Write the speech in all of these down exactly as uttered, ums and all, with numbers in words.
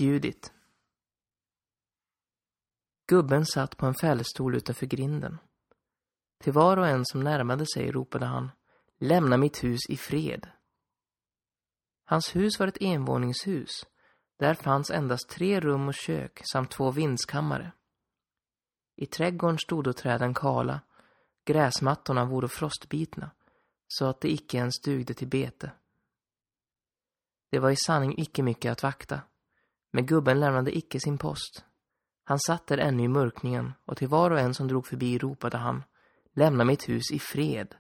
Judith. Gubben satt på en fällstol utanför grinden. Till var och en som närmade sig ropade han: lämna mitt hus i fred. Hans hus var ett envåningshus. Där fanns endast tre rum och kök samt två vindskammare. I trädgården stod och träden kala. Gräsmattorna vore frostbitna, så att det icke ens dugde till bete. Det var i sanning icke mycket att vakta, men gubben lämnade icke sin post. Han satt där ännu i mörkningen, och till var och en som drog förbi ropade han: lämna mitt hus i fred.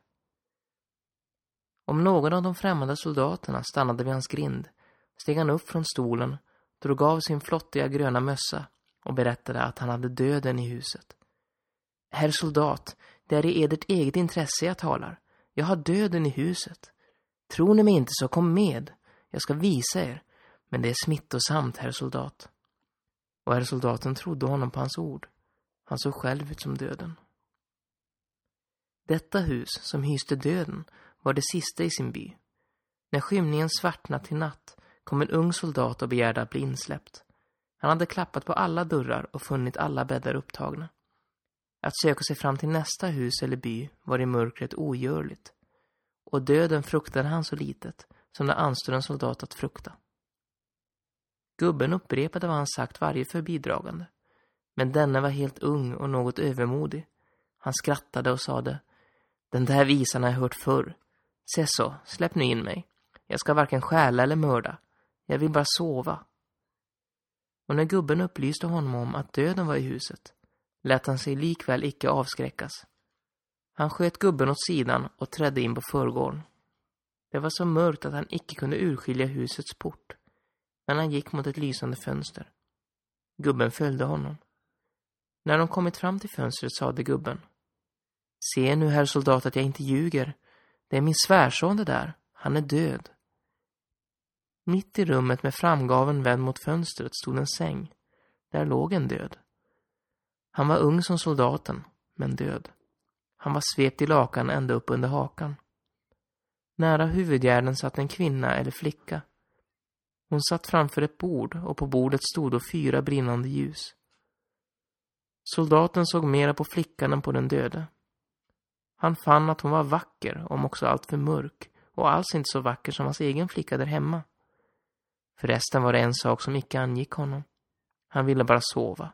Om någon av de främmande soldaterna stannade vid hans grind, steg han upp från stolen, drog av sin flottiga gröna mössa och berättade att han hade döden i huset. Herr soldat, det är i edert eget intresse jag talar. Jag har döden i huset. Tror ni mig inte så kom med. Jag ska visa er. Men det är smittosamt, herr soldat. Och herr soldaten trodde honom på hans ord. Han såg själv ut som döden. Detta hus som hyste döden var det sista i sin by. När skymningen svartnade till natt kom en ung soldat och begärde att bli insläppt. Han hade klappat på alla dörrar och funnit alla bäddar upptagna. Att söka sig fram till nästa hus eller by var i mörkret ogörligt. Och döden fruktade han så litet som det anstod en soldat att frukta. Gubben upprepade vad han sagt varje förbidragande. Men denne var helt ung och något övermodig. Han skrattade och sade: den där visan har jag hört förr. Se så, släpp nu in mig. Jag ska varken stjäla eller mörda. Jag vill bara sova. Och när gubben upplyste honom om att döden var i huset, lät han sig likväl icke avskräckas. Han sköt gubben åt sidan och trädde in på förgården. Det var så mörkt att han icke kunde urskilja husets port, men han gick mot ett lysande fönster. Gubben följde honom. När de kommit fram till fönstret sade gubben: se nu, herr soldat, att jag inte ljuger. Det är min svärson det där. Han är död. Mitt i rummet med framgaven vänd mot fönstret stod en säng. Där låg en död. Han var ung som soldaten, men död. Han var svept i lakan ända upp under hakan. Nära huvudgärden satt en kvinna eller flicka. Hon satt framför ett bord och på bordet stod då fyra brinnande ljus. Soldaten såg mera på flickan än på den döde. Han fann att hon var vacker, om också allt för mörk, och alls inte så vacker som hans egen flicka där hemma. Förresten var det en sak som icke angick honom. Han ville bara sova.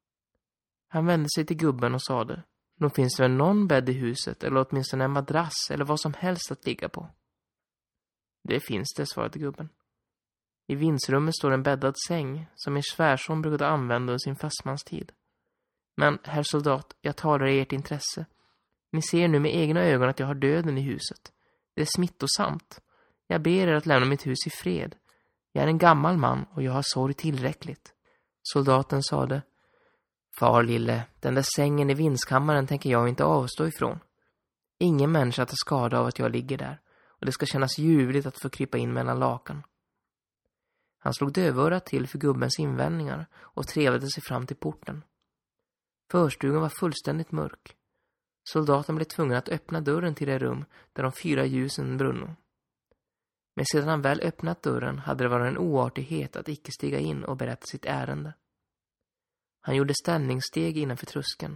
Han vände sig till gubben och sade: nog finns det väl någon bädd i huset, eller åtminstone en madrass, eller vad som helst att ligga på. Det finns det, svarade gubben. I vindsrummet står en bäddad säng, som er svärson brukade använda under sin fastmanstid. Men, herr soldat, jag talar i ert intresse. Ni ser nu med egna ögon att jag har döden i huset. Det är smittosamt. Jag ber er att lämna mitt hus i fred. Jag är en gammal man och jag har sorg tillräckligt. Soldaten sade: far lille, den där sängen i vindskammaren tänker jag inte avstå ifrån. Ingen människa tar skada av att jag ligger där, och det ska kännas ljuvligt att få krypa in mellan lakan. Han slog dövörat till för gubbens invändningar och trevade sig fram till porten. Förstugan var fullständigt mörk. Soldaten blev tvungen att öppna dörren till det rum där de fyra ljusen brunno. Men sedan han väl öppnat dörren hade det varit en oartighet att icke stiga in och berätta sitt ärende. Han gjorde ställningssteg innanför trusken.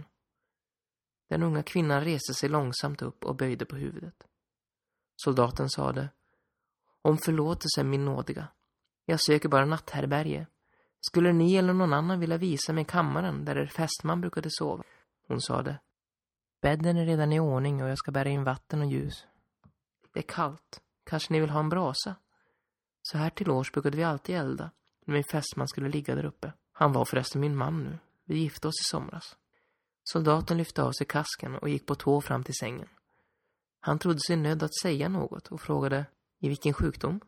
Den unga kvinnan reste sig långsamt upp och böjde på huvudet. Soldaten sade: om förlåtelse, min nådiga. Jag söker bara natthärbärge. Skulle ni eller någon annan vilja visa mig kammaren där er fästman brukade sova? Hon sade: bädden är redan i ordning och jag ska bära in vatten och ljus. Det är kallt. Kanske ni vill ha en brasa? Så här till års brukade vi alltid elda när min fästman skulle ligga där uppe. Han var förresten min man nu. Vi gifte oss i somras. Soldaten lyfte av sig kasken och gick på tå fram till sängen. Han trodde sig nödd att säga något och frågade: i vilken sjukdom?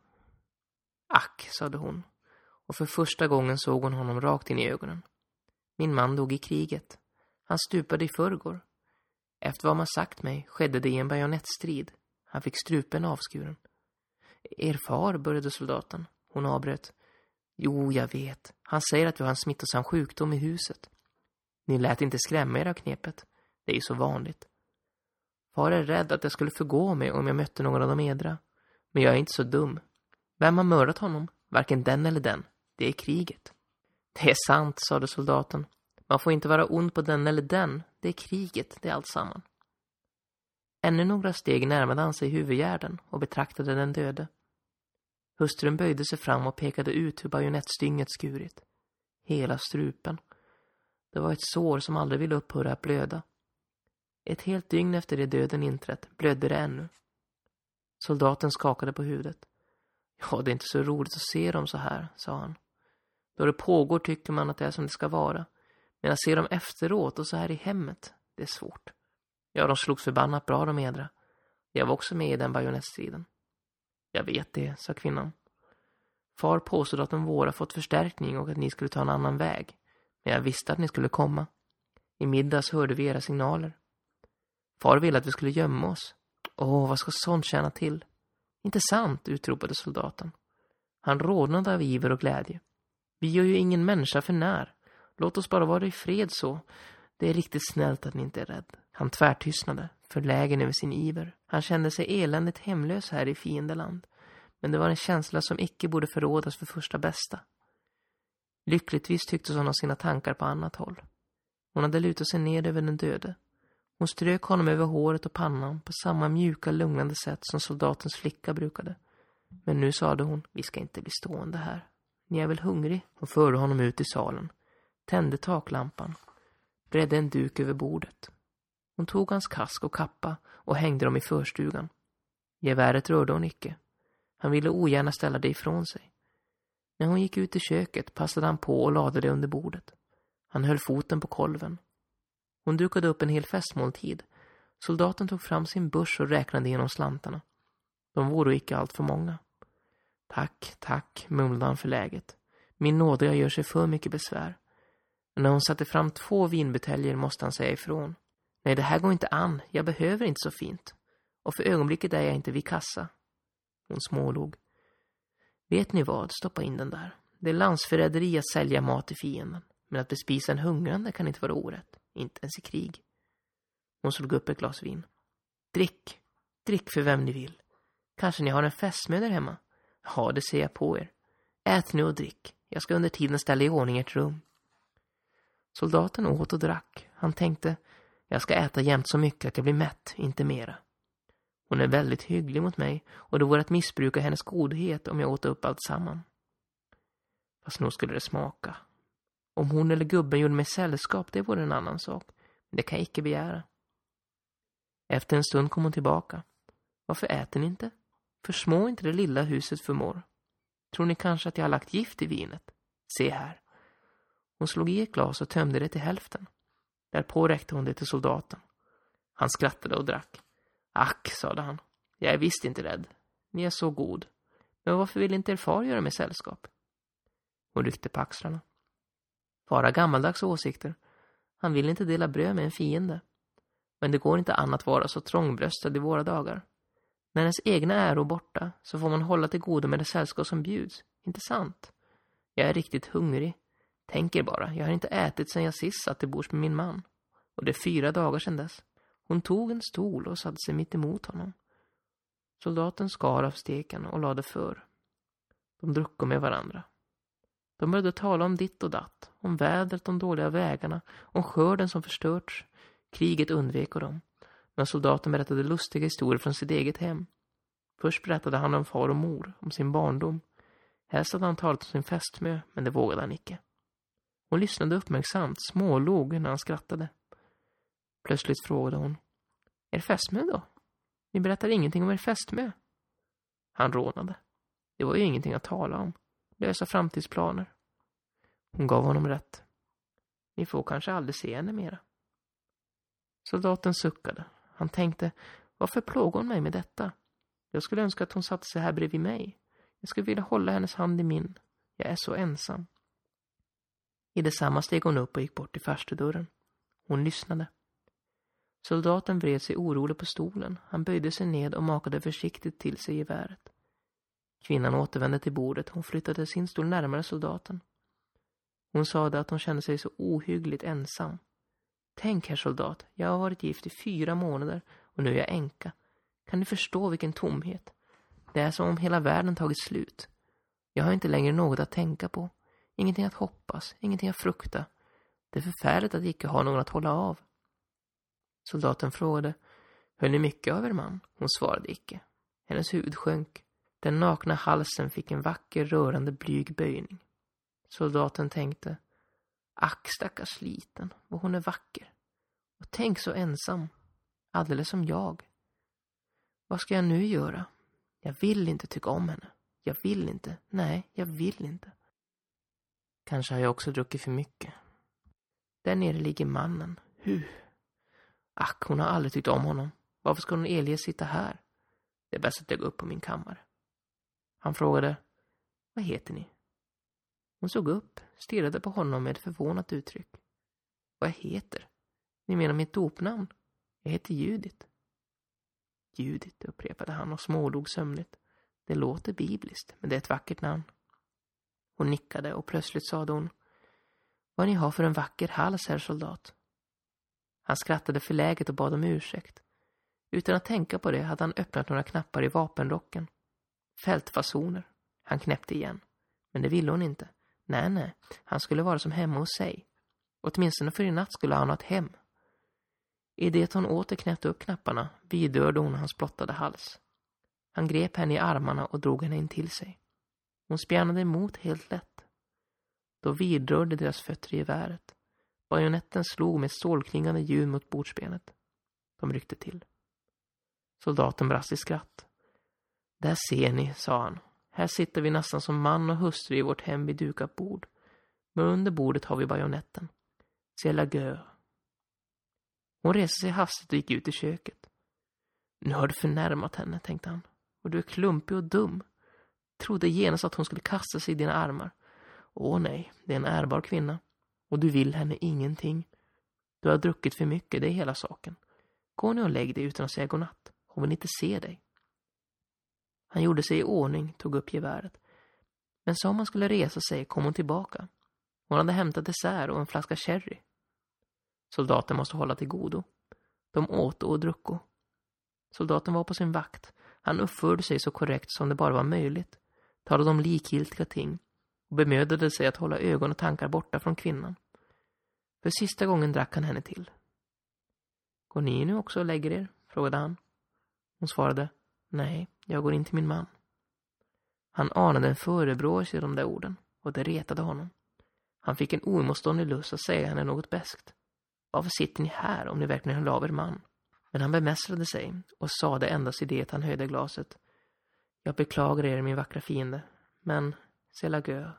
Ack, sade hon. Och för första gången såg hon honom rakt in i ögonen. Min man dog i kriget. Han stupade i förrgår. Efter vad man sagt mig skedde det i en bajonettstrid. Han fick strupen avskuren. Er far, började soldaten. Hon avbröt. Jo, jag vet. Han säger att vi har en smittosam sjukdom i huset. Ni lät inte skrämma er av knepet. Det är ju så vanligt. Far är rädd att jag skulle förgå mig om jag mötte någon av de edra. Men jag är inte så dum. Vem har mördat honom? Varken den eller den. Det är kriget. Det är sant, sade soldaten. Man får inte vara ond på den eller den. Det är kriget, det är allt samman. Ännu några steg närmade han sig huvudgärden och betraktade den döde. Hustrun böjde sig fram och pekade ut hur bajonettstynget skurit. Hela strupen. Det var ett sår som aldrig ville upphöra att blöda. Ett helt dygn efter det döden inträtt blödde det ännu. Soldaten skakade på huvudet. Ja, det är inte så roligt att se dem så här, sa han. Då det pågår tycker man att det är som det ska vara. Men att se dem efteråt och så här i hemmet, det är svårt. Ja, de slogs förbannat bra de edra. Jag var också med i den bajonettstriden. Jag vet det, sa kvinnan. Far påstod att de våra fått förstärkning och att ni skulle ta en annan väg. Men jag visste att ni skulle komma. I middags hörde vi era signaler. Far ville att vi skulle gömma oss. Åh, vad ska sånt tjäna till? Inte sant, utropade soldaten. Han rodnade av iver och glädje. Vi gör ju ingen människa för när. Låt oss bara vara i fred så. Det är riktigt snällt att ni inte är rädd. Han tvärtystnade, förlägen över sin iver. Han kände sig eländigt hemlös här i fiendeland. Men det var en känsla som icke borde förrådas för första bästa. Lyckligtvis tycktes hon ha sina tankar på annat håll. Hon hade lutat sig ned över den döde. Hon strök honom över håret och pannan på samma mjuka, lugnande sätt som soldatens flicka brukade. Men nu sade hon, vi ska inte bli stående här. Ni är väl hungrig? Hon förde honom ut i salen. Tände taklampan. Bredde en duk över bordet. Hon tog hans kask och kappa och hängde dem i förstugan. Geväret rörde hon icke. Han ville ogärna ställa det ifrån sig. När hon gick ut i köket passade han på och lade det under bordet. Han höll foten på kolven. Hon dukade upp en hel festmåltid. Soldaten tog fram sin börs och räknade igenom slantarna. De vore icke allt för många. Tack, tack, mumlade han förläget. Min nådiga gör sig för mycket besvär. Men när hon satte fram två vinbuteljer måste han säga ifrån. Nej, det här går inte an. Jag behöver inte så fint. Och för ögonblicket är jag inte vid kassa. Hon smålog. Vet ni vad? Stoppa in den där. Det är landsförräderi att sälja mat till fienden. Men att bespisa en hungrande kan inte vara orätt. Inte ens i krig. Hon slog upp ett glas vin. Drick. Drick för vem ni vill. Kanske ni har en fästmö där hemma. Ja, det ser jag på er. Ät nu och drick. Jag ska under tiden ställa i ordning ert rum. Soldaten åt och drack. Han tänkte, jag ska äta jämt så mycket att jag blir mätt, inte mera. Hon är väldigt hygglig mot mig och det vore att missbruka hennes godhet om jag åt upp allt samman. Fast nog skulle det smaka. Om hon eller gubben gjorde mig sällskap, det vore en annan sak. Men det kan jag icke begära. Efter en stund kom hon tillbaka. Varför äter ni inte? Försmå inte det lilla huset förmår. Tror ni kanske att jag har lagt gift i vinet? Se här. Hon slog i ett glas och tömde det till hälften. Därpå räckte hon det till soldaten. Han skrattade och drack. Ack, sade han. Jag är visst inte rädd. Ni är så god. Men varför vill inte er far göra mig sällskap? Hon ryckte på axlarna. Far har gammaldags åsikter. Han vill inte dela bröd med en fiende. Men det går inte annat vara så trångbröstad i våra dagar. När ens egna äro borta så får man hålla till godo med det sällskap som bjuds. Inte sant? Jag är riktigt hungrig. Tänk er bara, jag har inte ätit sedan jag sist satt till bords med min man. Och det är fyra dagar sedan dess. Hon tog en stol och satte sig mitt emot honom. Soldaten skar av steken och lade för. De druckade med varandra. De började tala om ditt och datt. Om vädret, om dåliga vägarna. Om skörden som förstörts. Kriget undvek dem. Men soldaten berättade lustiga historier från sitt eget hem. Först berättade han om far och mor. Om sin barndom. Helst hade han talat om sin fästmö. Men det vågade han icke. Hon lyssnade uppmärksamt. Smålog när han skrattade. Plötsligt frågade hon. Er fästmö då? Ni berättar ingenting om er fästmö. Han rånade. Det var ju ingenting att tala om. Lösa framtidsplaner. Hon gav honom rätt. Ni får kanske aldrig se henne mera. Soldaten suckade. Han tänkte, varför plågar hon mig med detta? Jag skulle önska att hon satte sig här bredvid mig. Jag skulle vilja hålla hennes hand i min. Jag är så ensam. I detsamma steg hon upp och gick bort till farstudörren. Hon lyssnade. Soldaten vred sig orolig på stolen. Han böjde sig ned och makade försiktigt till sig geväret. Kvinnan återvände till bordet. Hon flyttade sin stol närmare soldaten. Hon sade att hon kände sig så ohyggligt ensam. Tänk, herr soldat, jag har varit gift i fyra månader och nu är jag änka. Kan ni förstå vilken tomhet? Det är som om hela världen tagit slut. Jag har inte längre något att tänka på. Ingenting att hoppas, ingenting att frukta. Det är förfärligt att icke ha någon att hålla av. Soldaten frågade, höll ni mycket av er man? Hon svarade icke. Hennes huvud sjönk. Den nakna halsen fick en vacker, rörande, blyg böjning. Soldaten tänkte, ack stackars liten, vad hon är vacker. Och tänk så ensam, alldeles som jag. Vad ska jag nu göra? Jag vill inte tycka om henne. Jag vill inte. Nej, jag vill inte. Kanske har jag också druckit för mycket. Där nere ligger mannen. Hur? Ack, hon har aldrig tyckt om honom. Varför ska hon Elie sitta här? Det är bäst att jag går upp på min kammare. Han frågade, vad heter ni? Hon såg upp, stirrade på honom med ett förvånat uttryck. Vad jag heter? Ni menar mitt dopnamn? Jag heter Judit. Judit, upprepade han och smålog sömnigt. Det låter bibliskt, men det är ett vackert namn. Hon nickade och plötsligt sade hon, vad ni har för en vacker hals, herr soldat. Han skrattade förläget och bad om ursäkt. Utan att tänka på det hade han öppnat några knappar i vapenrocken. Fältfasoner. Han knäppte igen. Men det ville hon inte. Nej, nej. Han skulle vara som hemma hos sig. Åtminstone för i natt skulle han ha ett hem. I det hon åter knäppte upp knapparna vidrörde hon hans blottade hals. Han grep henne i armarna och drog henne in till sig. Hon spjärnade emot helt lätt. Då vidrörde deras fötter i geväret. Bajonetten slog med stålklingande ljud mot bordsbenet. De ryckte till. Soldaten brast i skratt. Där ser ni, sa han. Här sitter vi nästan som man och hustru i vårt hem vid dukat bord. Men under bordet har vi bajonetten. C'est la guerre. Hon reste sig hastigt och gick ut i köket. Nu har du förnärmat henne, tänkte han. Och du är klumpig och dum. Trodde genast att hon skulle kasta sig i dina armar. Åh nej, det är en ärbar kvinna. Och du vill henne ingenting. Du har druckit för mycket, det är hela saken. Gå nu och lägg dig utan att säga godnatt. Hon vill inte se dig. Han gjorde sig i ordning, tog upp geväret. Men som han skulle resa sig kom hon tillbaka. Hon hade hämtat dessert och en flaska sherry. Soldaten måste hålla till godo. De åt och drucko. Soldaten var på sin vakt. Han uppförde sig så korrekt som det bara var möjligt. Talade om likgiltiga ting. Och bemödade sig att hålla ögon och tankar borta från kvinnan. För sista gången drack han henne till. Går ni nu också och lägger er? Frågade han. Hon svarade, nej, jag går in till min man. Han anade en förebråelse i de där orden, och det retade honom. Han fick en oemotståndlig lust att säga henne något bäst. Varför sitter ni här om ni verkligen höll av er man? Men han bemästrade sig och sade endast i det att han höjde glaset. Jag beklagar er, min vackra fiende, men c'est la guerre.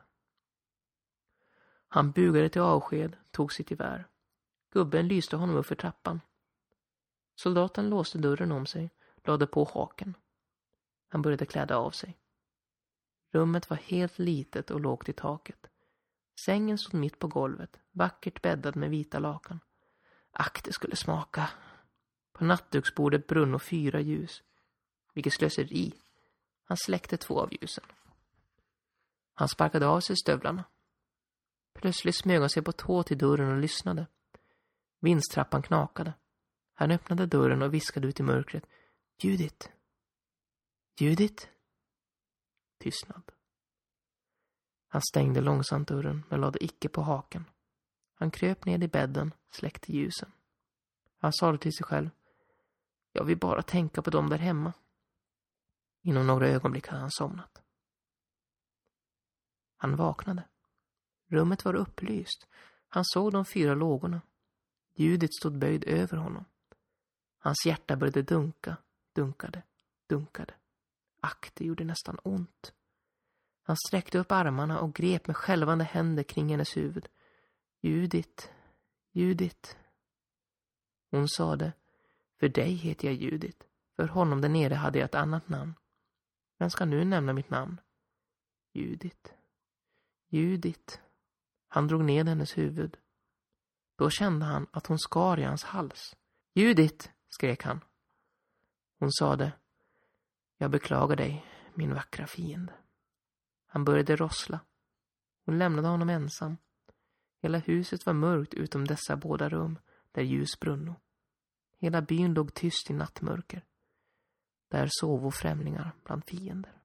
Han bugade till avsked, tog sitt gevär. Gubben lyste honom upp för trappan. Soldaten låste dörren om sig, lade på haken. Han började kläda av sig. Rummet var helt litet och lågt i taket. Sängen stod mitt på golvet, vackert bäddad med vita lakan. Ack, det skulle smaka. På nattduksbordet brunn och fyra ljus. Vilket slöseri. Han släckte två av ljusen. Han sparkade av sig stövlarna. Plötsligt smög han sig på tå till dörren och lyssnade. Vindstrappan knakade. Han öppnade dörren och viskade ut i mörkret. Judit. Judit. Tystnad. Han stängde långsamt dörren men lade icke på haken. Han kröp ned i bädden, släckte ljusen. Han sa till sig själv. Jag vill bara tänka på dem där hemma. Inom några ögonblick hade han somnat. Han vaknade. Rummet var upplyst. Han såg de fyra lågorna. Ljudet stod böjd över honom. Hans hjärta började dunka, dunkade, dunkade. Ack, det gjorde nästan ont. Han sträckte upp armarna och grep med skälvande händer kring hennes huvud. Judit, Judit. Hon sade, för dig heter jag Judit. För honom där nere hade jag ett annat namn. Vem ska nu nämna mitt namn? Judit, Judit. Han drog ned hennes huvud. Då kände han att hon skar i hans hals. Judit, skrek han. Hon sade, jag beklagar dig, min vackra fiende. Han började rossla. Hon lämnade honom ensam. Hela huset var mörkt utom dessa båda rum där ljus brunno. Hela byn låg tyst i nattmörker. Där sov främlingar bland fiender.